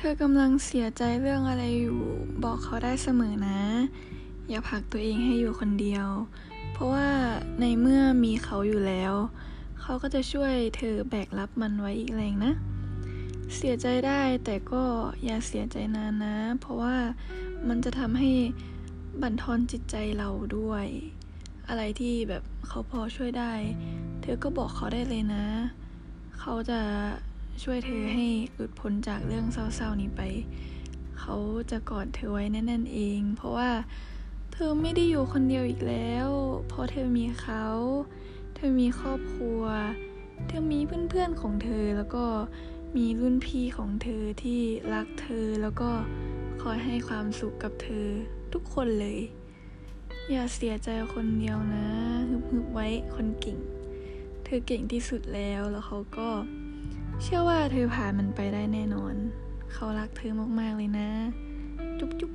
เธอกำลังเสียใจเรื่องอะไรอยู่บอกเขาได้เสมอนะอย่าผลักตัวเองให้อยู่คนเดียวเพราะว่าในเมื่อมีเขาอยู่แล้วเขาก็จะช่วยเธอแบกรับมันไว้อีกแรงนะเสียใจได้แต่ก็อย่าเสียใจนานนะเพราะว่ามันจะทำให้บั่นทอนจิตใจเราด้วยอะไรที่แบบเขาพอช่วยได้เธอก็บอกเขาได้เลยนะเขาจะช่วยเธอให้หลุดพ้นจากเรื่องเศร้าๆนี้ไปเขาจะกอดเธอไว้แน่นๆเองเพราะว่าเธอไม่ได้อยู่คนเดียวอีกแล้วเพราะเธอมีเขาเธอมีครอบครัวเธอมีเพื่อนๆของเธอแล้วก็มีรุ่นพี่ของเธอที่รักเธอแล้วก็คอยให้ความสุขกับเธอทุกคนเลยอย่าเสียใจคนเดียวนะฮึบๆไว้คนเก่งเธอเก่งที่สุดแล้วเขาก็เชื่อว่าเธอผ่านมันไปได้แน่นอนเขารักเธอมากๆเลยนะจุ๊บ